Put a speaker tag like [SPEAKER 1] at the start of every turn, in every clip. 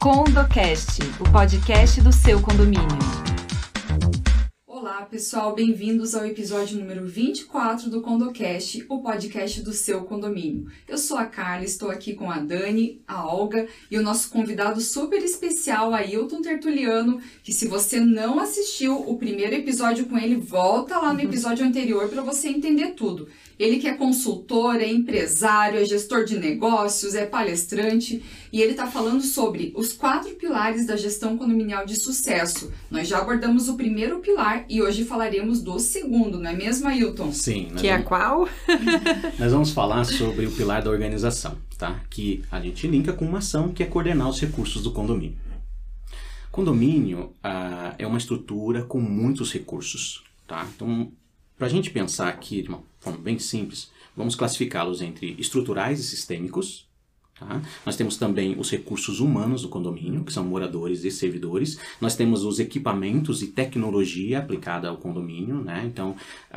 [SPEAKER 1] CondoCast, o podcast do seu condomínio.
[SPEAKER 2] Olá pessoal, bem-vindos ao episódio número 24 do CondoCast, o podcast do seu condomínio. Eu sou a Carla, estou aqui com a Dani, a Olga e o nosso convidado super especial, Ailton Tertuliano, que se você não assistiu o primeiro episódio com ele, volta lá no episódio anterior para você entender tudo. Ele que é consultor, é empresário, é gestor de negócios, é palestrante e ele está falando sobre os 4 pilares da gestão condominial de sucesso. Nós já abordamos o primeiro pilar e hoje falaremos do segundo, não é mesmo, Ailton?
[SPEAKER 3] Sim.
[SPEAKER 1] Que é qual?
[SPEAKER 3] Nós vamos falar sobre o pilar da organização, tá? Que a gente linka com uma ação que é coordenar os recursos do condomínio. Condomínio é uma estrutura com muitos recursos, tá? Então, para a gente pensar aqui de uma forma bem simples, vamos classificá-los entre estruturais e sistêmicos. Tá? Nós temos também os recursos humanos do condomínio, que são moradores e servidores. Nós temos os equipamentos e tecnologia aplicada ao condomínio, né? Então,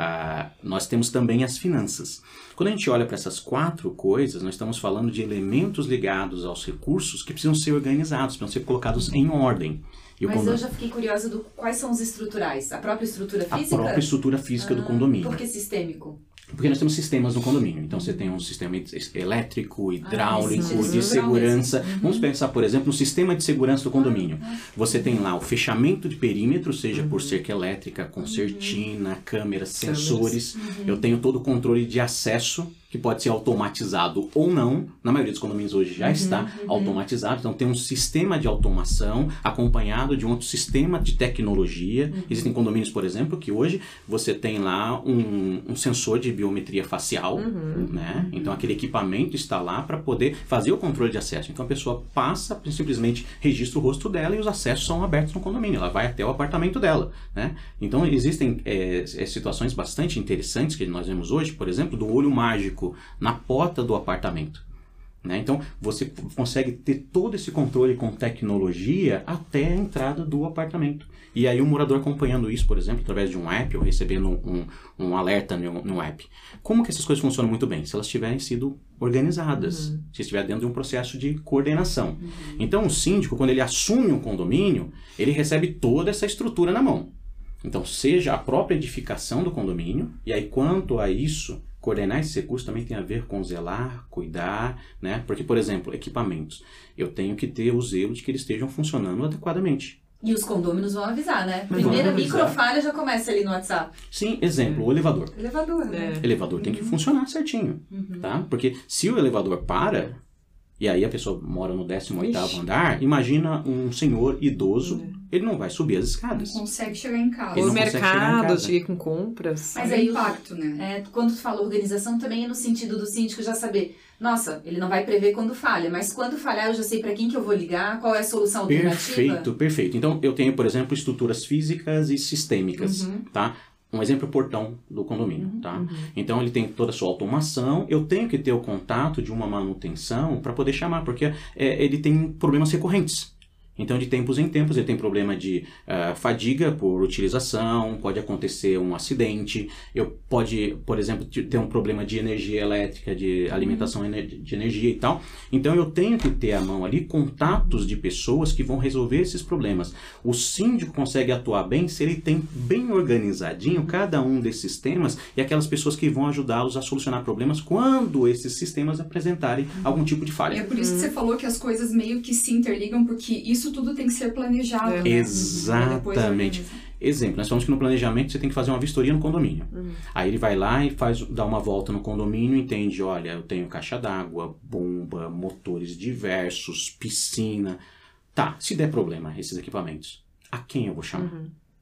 [SPEAKER 3] nós temos também as finanças. Quando a gente olha para essas 4 coisas, nós estamos falando de elementos ligados aos recursos que precisam ser organizados, precisam ser colocados em ordem.
[SPEAKER 4] Mas eu já fiquei curiosa do quais são os estruturais. A própria estrutura física?
[SPEAKER 3] A própria estrutura física do condomínio.
[SPEAKER 4] Por que sistêmico?
[SPEAKER 3] Porque nós temos sistemas no condomínio. Então, você tem um sistema elétrico, hidráulico, de segurança. Vamos pensar, por exemplo, no sistema de segurança do condomínio. Você tem lá o fechamento de perímetro, seja por cerca elétrica, concertina, câmeras, sensores. Eu tenho todo o controle de acesso, que pode ser automatizado ou não. Na maioria dos condomínios hoje já está automatizado. Então, tem um sistema de automação acompanhado de um outro sistema de tecnologia. Existem condomínios, por exemplo, que hoje você tem lá um sensor de biometria facial, né? Então, aquele equipamento está lá para poder fazer o controle de acesso. Então, a pessoa passa, simplesmente registra o rosto dela e os acessos são abertos no condomínio. Ela vai até o apartamento dela, né? Então, existem situações bastante interessantes que nós vemos hoje, por exemplo, do olho mágico na porta do apartamento, né? Então você consegue ter todo esse controle com tecnologia até a entrada do apartamento. E aí o morador acompanhando isso, por exemplo, através de um app ou recebendo um alerta no app. Como que essas coisas funcionam muito bem? Se elas tiverem sido organizadas, se estiver dentro de um processo de coordenação. Então o síndico, quando ele assume um condomínio, ele recebe toda essa estrutura na mão. Então seja a própria edificação do condomínio, e aí quanto a isso, coordenar esse recurso também tem a ver com zelar, cuidar, né? Porque, por exemplo, equipamentos. Eu tenho que ter o zelo de que eles estejam funcionando adequadamente.
[SPEAKER 4] E os condôminos vão avisar, né? Primeira microfalha já começa ali no WhatsApp.
[SPEAKER 3] Sim, exemplo, o elevador.
[SPEAKER 4] Elevador, né?
[SPEAKER 3] Elevador tem que funcionar certinho, tá? Porque se o elevador para, e aí a pessoa mora no 18º andar, imagina um senhor idoso, ele não vai subir as escadas.
[SPEAKER 2] Não consegue chegar em casa.
[SPEAKER 1] O mercado, cheguei com compras.
[SPEAKER 4] Mas aí o impacto, né? Quando tu fala organização, também é no sentido do síndico já saber, nossa, ele não vai prever quando falha, mas quando falhar eu já sei para quem que eu vou ligar, qual é a solução alternativa.
[SPEAKER 3] Perfeito. Então eu tenho, por exemplo, estruturas físicas e sistêmicas, tá? Um exemplo, o portão do condomínio, tá? Então, ele tem toda a sua automação. Eu tenho que ter o contato de uma manutenção para poder chamar, porque ele tem problemas recorrentes. Então, de tempos em tempos, ele tem problema de fadiga por utilização, pode acontecer um acidente, pode, por exemplo, ter um problema de energia elétrica, de alimentação de energia e tal. Então, eu tenho que ter à mão ali contatos de pessoas que vão resolver esses problemas. O síndico consegue atuar bem se ele tem bem organizadinho cada um desses sistemas e aquelas pessoas que vão ajudá-los a solucionar problemas quando esses sistemas apresentarem algum tipo de falha.
[SPEAKER 2] E é por isso que você falou que as coisas meio que se interligam, porque isso tudo tem que ser planejado, né?
[SPEAKER 3] Exatamente. Exemplo, nós falamos que no planejamento você tem que fazer uma vistoria no condomínio. Aí ele vai lá e dá uma volta no condomínio e entende, olha, eu tenho caixa d'água, bomba, motores diversos, piscina. Tá, se der problema esses equipamentos, a quem eu vou chamar?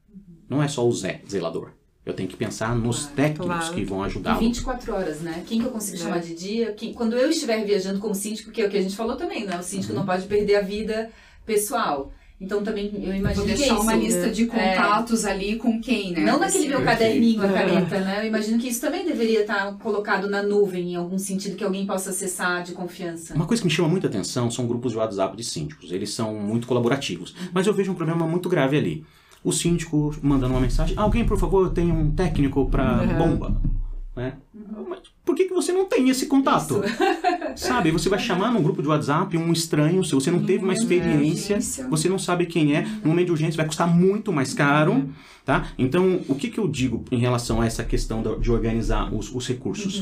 [SPEAKER 3] Não é só o zelador. Eu tenho que pensar nos técnicos que vão ajudá-lo.
[SPEAKER 4] 24 horas, né? Quem que eu consigo chamar de dia? Quando eu estiver viajando como síndico, que é o que a gente falou também, né? O síndico não pode perder a vida pessoal. Então também eu imagino que
[SPEAKER 2] deixar
[SPEAKER 4] isso,
[SPEAKER 2] uma lista de contatos ali com quem, né?
[SPEAKER 4] Não naquele meu caderninho, a caneta, né? Eu imagino que isso também deveria estar colocado na nuvem, em algum sentido que alguém possa acessar de confiança.
[SPEAKER 3] Uma coisa que me chama muita atenção são grupos de WhatsApp de síndicos. Eles são muito colaborativos. Mas eu vejo um problema muito grave ali. O síndico mandando uma mensagem, alguém, por favor, eu tenho um técnico para bomba. Né? Mas por que você não tem esse contato? Sabe? Você vai chamar num grupo de WhatsApp um estranho, se você não teve uma experiência, você não sabe quem é, no momento de urgência vai custar muito mais caro, tá? Então, o que eu digo em relação a essa questão de organizar os recursos?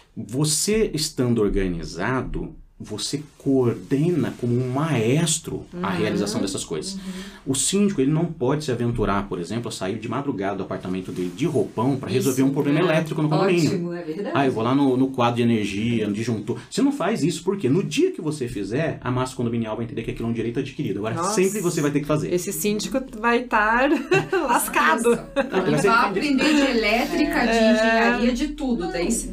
[SPEAKER 3] Você estando organizado, você coordena como um maestro a realização dessas coisas. O síndico, ele não pode se aventurar, por exemplo, a sair de madrugada do apartamento dele de roupão para resolver um problema elétrico no condomínio.
[SPEAKER 4] Ótimo, é verdade.
[SPEAKER 3] Eu vou lá no quadro de energia, no disjuntor. Você não faz isso, porque no dia que você fizer, a massa condominial vai entender que aquilo é um direito adquirido. Agora, sempre você vai ter que fazer.
[SPEAKER 1] Esse síndico vai estar lascado.
[SPEAKER 2] Ele vai aprender de elétrica, de engenharia, de tudo. Daí se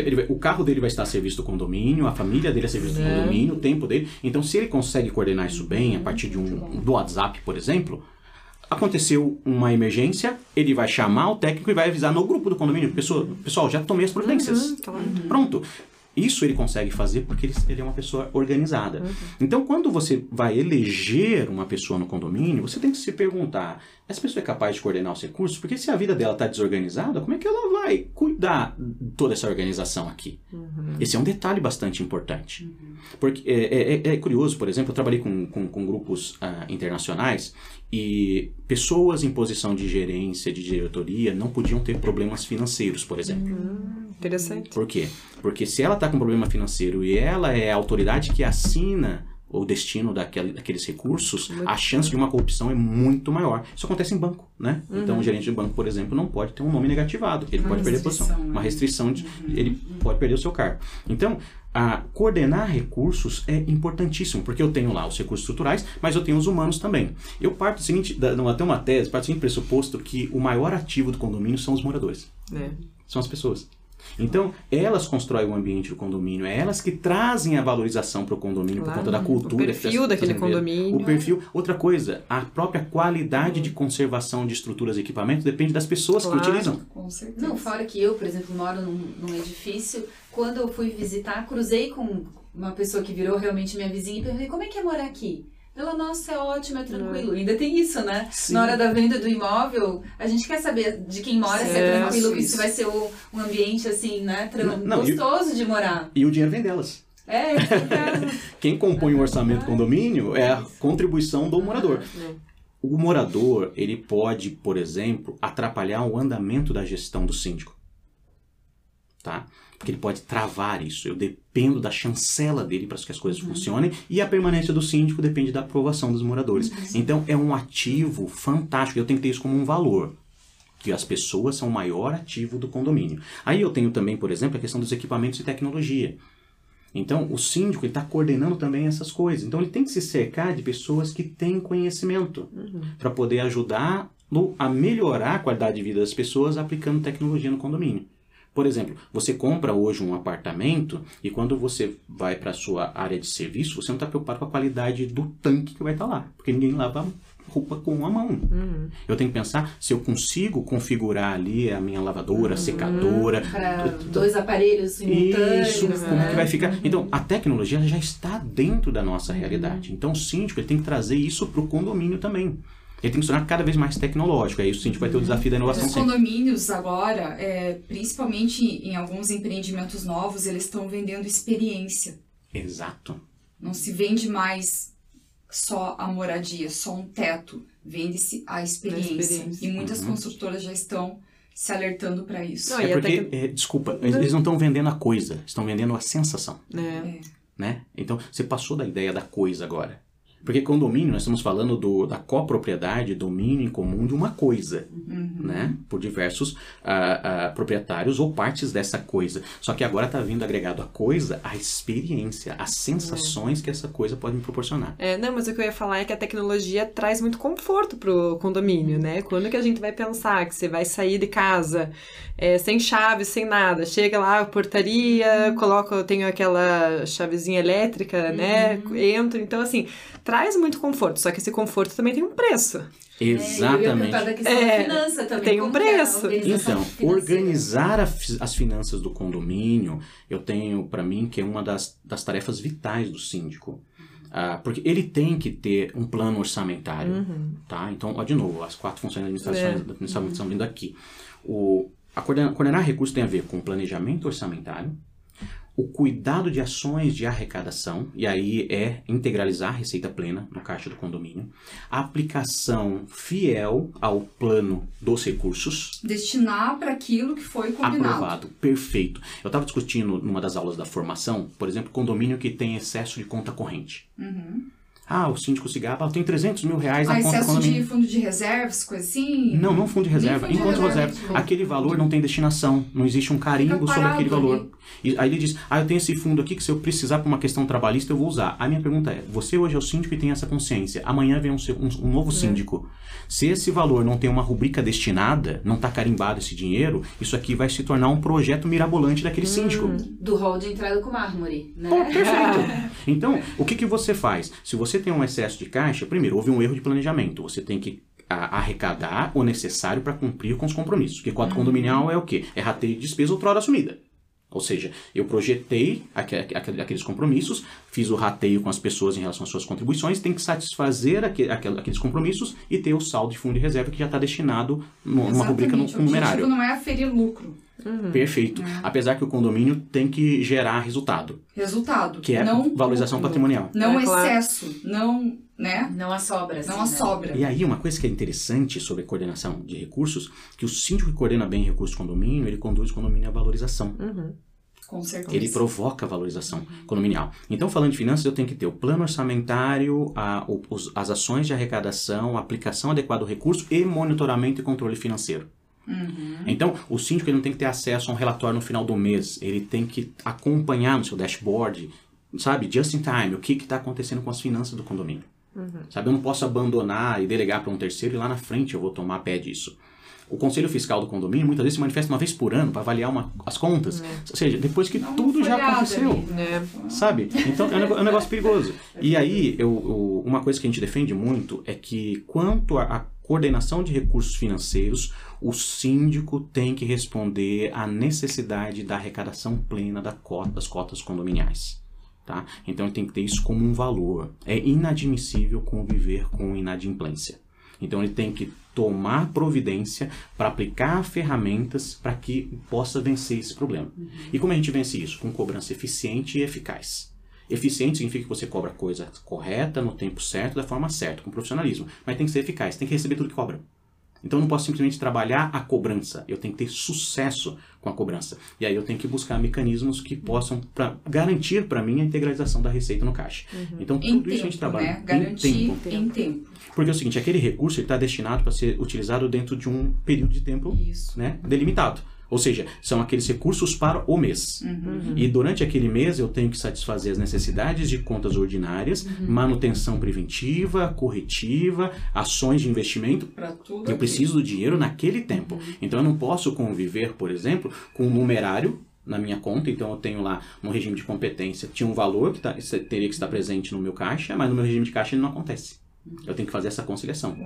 [SPEAKER 3] o carro dele vai estar a serviço do condomínio, a família dele a serviço do condomínio, o tempo dele. Então, se ele consegue coordenar isso bem, a partir do WhatsApp, por exemplo, aconteceu uma emergência, ele vai chamar o técnico e vai avisar no grupo do condomínio. Pessoal, já tomei as providências. Pronto. Isso ele consegue fazer porque ele é uma pessoa organizada. Então, quando você vai eleger uma pessoa no condomínio, você tem que se perguntar, essa pessoa é capaz de coordenar os recursos? Porque se a vida dela está desorganizada, como é que ela vai cuidar de toda essa organização aqui? Esse é um detalhe bastante importante. Porque é curioso, por exemplo, eu trabalhei com grupos internacionais e pessoas em posição de gerência, de diretoria, não podiam ter problemas financeiros, por exemplo.
[SPEAKER 1] Interessante.
[SPEAKER 3] Por quê? Porque se ela está com problema financeiro e ela é a autoridade que assina o destino daqueles recursos, a chance de uma corrupção é muito maior. Isso acontece em banco, né? Então, o gerente de banco, por exemplo, não pode ter um nome negativado. Ele pode perder a posição. Uma restrição, ele pode perder o seu cargo. Então, coordenar recursos é importantíssimo, porque eu tenho lá os recursos estruturais, mas eu tenho os humanos também. Eu parto do seguinte, até uma tese, parto do seguinte pressuposto que o maior ativo do condomínio são os moradores. São as pessoas. Então, elas constroem o ambiente do condomínio, é elas que trazem a valorização para o condomínio por conta da cultura.
[SPEAKER 1] O perfil daquele condomínio.
[SPEAKER 3] O perfil. Outra coisa, a própria qualidade de conservação de estruturas e equipamentos depende das pessoas que utilizam.
[SPEAKER 2] Com certeza.
[SPEAKER 4] Não, fora que eu, por exemplo, moro num edifício, quando eu fui visitar, cruzei com uma pessoa que virou realmente minha vizinha e perguntei, como é que é morar aqui? Ela, nossa, é ótimo, é tranquilo. Ainda tem isso, né?
[SPEAKER 3] Sim.
[SPEAKER 4] Na hora da venda do imóvel, a gente quer saber de quem mora, se é tranquilo, se vai ser um ambiente assim, né? Gostoso de morar.
[SPEAKER 3] E o dinheiro vem delas. Quem compõe o orçamento do condomínio é a contribuição do morador. O morador, ele pode, por exemplo, atrapalhar o andamento da gestão do síndico. Tá? Porque ele pode travar isso. Eu dependo da chancela dele para que as coisas funcionem e a permanência do síndico depende da aprovação dos moradores. Então, é um ativo fantástico. Eu tenho que ter isso como um valor. Que as pessoas são o maior ativo do condomínio. Aí eu tenho também, por exemplo, a questão dos equipamentos e tecnologia. Então, o síndico está coordenando também essas coisas. Então, ele tem que se cercar de pessoas que têm conhecimento para poder ajudar a melhorar a qualidade de vida das pessoas aplicando tecnologia no condomínio. Por exemplo, você compra hoje um apartamento e quando você vai para a sua área de serviço, você não está preocupado com a qualidade do tanque que vai estar lá, porque ninguém lava roupa com a mão. Eu tenho que pensar se eu consigo configurar ali a minha lavadora, secadora...
[SPEAKER 4] Para 2 aparelhos simultâneos.
[SPEAKER 3] Isso, como é que vai ficar? Então, a tecnologia já está dentro da nossa realidade. Então, o síndico ele tem que trazer isso para o condomínio também. Ele tem que se tornar cada vez mais tecnológico. Aí o síndico vai ter o desafio da inovação.
[SPEAKER 2] Os condomínios agora, principalmente em alguns empreendimentos novos, eles estão vendendo experiência.
[SPEAKER 3] Exato.
[SPEAKER 2] Não se vende mais só a moradia, só um teto. Vende-se a experiência. E muitas construtoras já estão se alertando para isso.
[SPEAKER 1] Não,
[SPEAKER 3] porque, desculpa, eles não estão vendendo a coisa, estão vendendo a sensação. Né? Então, você passou da ideia da coisa agora. Porque condomínio, nós estamos falando da copropriedade, domínio em comum de uma coisa, né? Por diversos proprietários ou partes dessa coisa. Só que agora está vindo agregado a coisa, a experiência, as sensações que essa coisa pode me proporcionar.
[SPEAKER 1] Não, mas o que eu ia falar é que a tecnologia traz muito conforto pro condomínio, né? Quando que a gente vai pensar que você vai sair de casa sem chave, sem nada, chega lá, portaria, eu tenho aquela chavezinha elétrica, né? Entro, então assim... Traz muito conforto, só que esse conforto também tem um preço.
[SPEAKER 3] Exatamente.
[SPEAKER 4] Eu ia da questão da finança também.
[SPEAKER 1] Tem um preço.
[SPEAKER 3] Então, organizar as finanças do condomínio, eu tenho para mim que é uma das tarefas vitais do síndico. Porque ele tem que ter um plano orçamentário. Tá? Então, de novo, as 4 funções da administração estão vindo aqui. Coordenar recursos tem a ver com planejamento orçamentário, o cuidado de ações de arrecadação, e aí é integralizar a receita plena no caixa do condomínio, a aplicação fiel ao plano dos recursos.
[SPEAKER 2] Destinar para aquilo que foi combinado.
[SPEAKER 3] Aprovado, perfeito. Eu estava discutindo numa das aulas da formação, por exemplo, condomínio que tem excesso de conta corrente. O síndico se gaba, tem 300 mil reais na conta
[SPEAKER 2] excesso
[SPEAKER 3] condomínio.
[SPEAKER 2] de fundo de reservas, coisa assim?
[SPEAKER 3] Não fundo de reserva.
[SPEAKER 2] fundo de
[SPEAKER 3] Enquanto
[SPEAKER 2] reserva.
[SPEAKER 3] reserva, aquele valor não tem destinação, não existe um carimbo sobre aquele valor. E aí ele diz, eu tenho esse fundo aqui que se eu precisar para uma questão trabalhista eu vou usar. A minha pergunta é, você hoje é o síndico e tem essa consciência, amanhã vem um novo síndico. Se esse valor não tem uma rubrica destinada, não está carimbado esse dinheiro, isso aqui vai se tornar um projeto mirabolante daquele síndico.
[SPEAKER 4] Do hall de entrada com mármore, né?
[SPEAKER 3] Perfeito. Então, o que você faz? Se você tem um excesso de caixa, primeiro, houve um erro de planejamento. Você tem que arrecadar o necessário para cumprir com os compromissos. Porque cota condominial é o quê? É rateio de despesa outrora assumida. Ou seja, eu projetei aqueles compromissos, fiz o rateio com as pessoas em relação às suas contribuições, tem que satisfazer aqueles compromissos e ter o saldo de fundo de reserva que já está destinado numa rubrica no numerário.
[SPEAKER 2] O objetivo não é aferir lucro.
[SPEAKER 3] Perfeito. Apesar que o condomínio tem que gerar resultado. Que é
[SPEAKER 2] não
[SPEAKER 3] valorização patrimonial.
[SPEAKER 2] Não excesso, não, né?
[SPEAKER 4] Não a sobra.
[SPEAKER 2] Não a sobra.
[SPEAKER 3] E aí, uma coisa que é interessante sobre a coordenação de recursos, que o síndico que coordena bem recursos do condomínio, ele conduz o condomínio à valorização.
[SPEAKER 2] Com certeza.
[SPEAKER 3] Ele provoca a valorização condominial. Então, falando de finanças, eu tenho que ter o plano orçamentário, as ações de arrecadação, a aplicação adequada do recurso e monitoramento e controle financeiro. Então, o síndico ele não tem que ter acesso a um relatório no final do mês. Ele tem que acompanhar no seu dashboard, sabe, just in time, o que está acontecendo com as finanças do condomínio. Sabe, eu não posso abandonar e delegar para um terceiro e lá na frente eu vou tomar pé disso. O Conselho Fiscal do condomínio muitas vezes se manifesta uma vez por ano para avaliar as contas. Ou seja, depois que tudo já aconteceu. Sabe? Então é um negócio perigoso. E aí, uma coisa que a gente defende muito é que quanto à coordenação de recursos financeiros, o síndico tem que responder à necessidade da arrecadação plena das cotas condominiais. Tá? Então ele tem que ter isso como um valor. É inadmissível conviver com inadimplência. Então ele tem que tomar providência para aplicar ferramentas para que possa vencer esse problema. E como a gente vence isso? Com cobrança eficiente e eficaz. Eficiente significa que você cobra a coisa correta, no tempo certo, da forma certa, com profissionalismo. Mas tem que ser eficaz, tem que receber tudo que cobra. Então eu não posso simplesmente trabalhar a cobrança, eu tenho que ter sucesso com a cobrança. E aí eu tenho que buscar mecanismos que possam garantir para mim a integralização da receita no caixa. Então tudo isso a gente trabalha, né?
[SPEAKER 2] Garantir em tempo.
[SPEAKER 3] Porque é o seguinte, aquele recurso está destinado para ser utilizado dentro de um período de tempo, né, delimitado. Ou seja, são aqueles recursos para o mês. E durante aquele mês eu tenho que satisfazer as necessidades de contas ordinárias, manutenção preventiva, corretiva, ações de investimento. Eu preciso do dinheiro naquele tempo. Então eu não posso conviver, por exemplo, com um numerário na minha conta. Então eu tenho lá no regime de competência, tinha um valor que teria que estar presente no meu caixa, mas no meu regime de caixa ele não acontece. Eu tenho que fazer essa conciliação.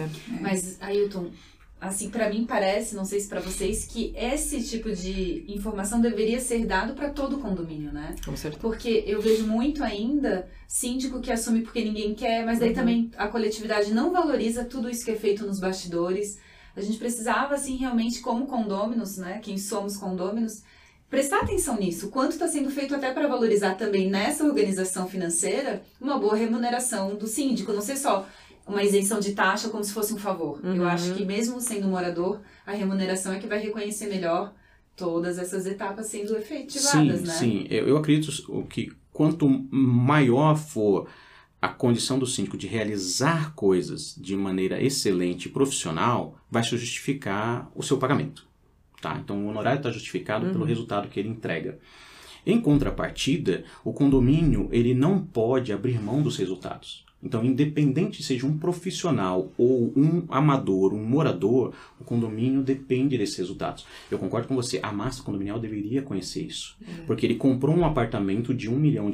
[SPEAKER 4] Mas, Ailton, assim, para mim parece, não sei se para vocês, que esse tipo de informação deveria ser dado para todo condomínio, né?
[SPEAKER 1] Com certeza.
[SPEAKER 4] Porque eu vejo muito ainda síndico que assume porque ninguém quer, mas daí também a coletividade não valoriza tudo isso que é feito nos bastidores. A gente precisava, assim, realmente, como condôminos, né? Quem somos condôminos, prestar atenção nisso. Quanto está sendo feito até para valorizar também nessa organização financeira uma boa remuneração do síndico. Não ser só uma isenção de taxa como se fosse um favor. Eu acho que mesmo sendo morador, a remuneração é que vai reconhecer melhor todas essas etapas sendo efetivadas, né?
[SPEAKER 3] Sim, eu acredito que quanto maior for a condição do síndico de realizar coisas de maneira excelente e profissional, vai se justificar o seu pagamento. Tá? Então o honorário está justificado pelo resultado que ele entrega. Em contrapartida, o condomínio ele não pode abrir mão dos resultados. Então, independente seja um profissional ou um amador, um morador, o condomínio depende desses resultados. Eu concordo com você, a massa condominial deveria conhecer isso. Porque ele comprou um apartamento de R$1 milhão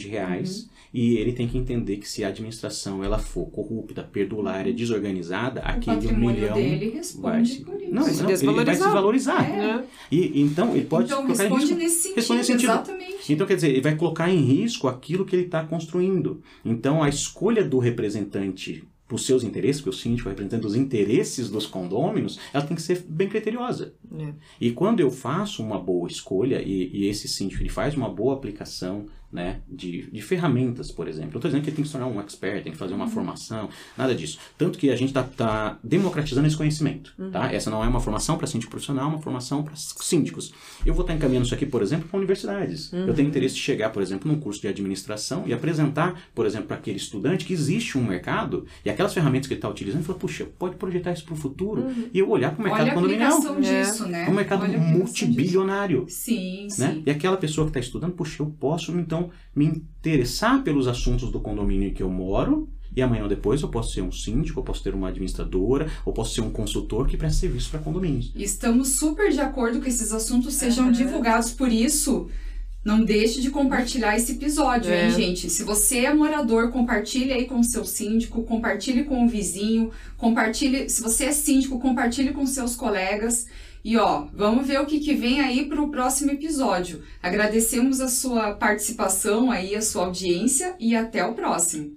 [SPEAKER 3] e ele tem que entender que se a administração ela for corrupta, perdulária, desorganizada, aquele R$1 milhão
[SPEAKER 2] dele responde por isso.
[SPEAKER 3] Não, ele vai se desvalorizar. E então ele pode colocar em risco.
[SPEAKER 2] Responde nesse sentido. Exatamente.
[SPEAKER 3] Então, quer dizer, ele vai colocar em risco aquilo que ele está construindo. Então, a escolha do representante para os seus interesses, porque o síndico representa os interesses dos condôminos, ela tem que ser bem criteriosa. E quando eu faço uma boa escolha, e esse síndico ele faz uma boa aplicação, né, de ferramentas, por exemplo. Eu estou dizendo que ele tem que se tornar um expert, tem que fazer uma formação, nada disso. Tanto que a gente está democratizando esse conhecimento. Tá? Essa não é uma formação para síndico profissional, é uma formação para síndicos. Eu vou estar encaminhando isso aqui, por exemplo, para universidades. Eu tenho interesse de chegar, por exemplo, num curso de administração e apresentar, por exemplo, para aquele estudante que existe um mercado e aquelas ferramentas que ele está utilizando, e falar, puxa, pode projetar isso para o futuro e eu olhar para o mercado condominial.
[SPEAKER 2] Olha a aplicação disso, né?
[SPEAKER 3] É um mercado multibilionário.
[SPEAKER 2] Sim,
[SPEAKER 3] né?
[SPEAKER 2] sim.
[SPEAKER 3] E aquela pessoa que está estudando, puxa, eu posso, então, me interessar pelos assuntos do condomínio em que eu moro, e amanhã ou depois eu posso ser um síndico, eu posso ter uma administradora, ou posso ser um consultor que presta serviço para condomínios.
[SPEAKER 2] Estamos super de acordo que esses assuntos sejam divulgados, por isso, não deixe de compartilhar esse episódio, hein, gente? Se você é morador, compartilhe aí com o seu síndico, compartilhe com o vizinho, compartilhe, se você é síndico, compartilhe com seus colegas. E ó, vamos ver o que vem aí para o próximo episódio. Agradecemos a sua participação aí, a sua audiência e até o próximo.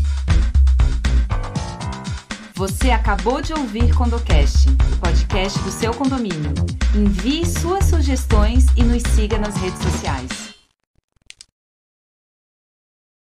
[SPEAKER 4] Você acabou de ouvir CondoCast, o podcast do seu condomínio. Envie suas sugestões e nos siga nas redes sociais.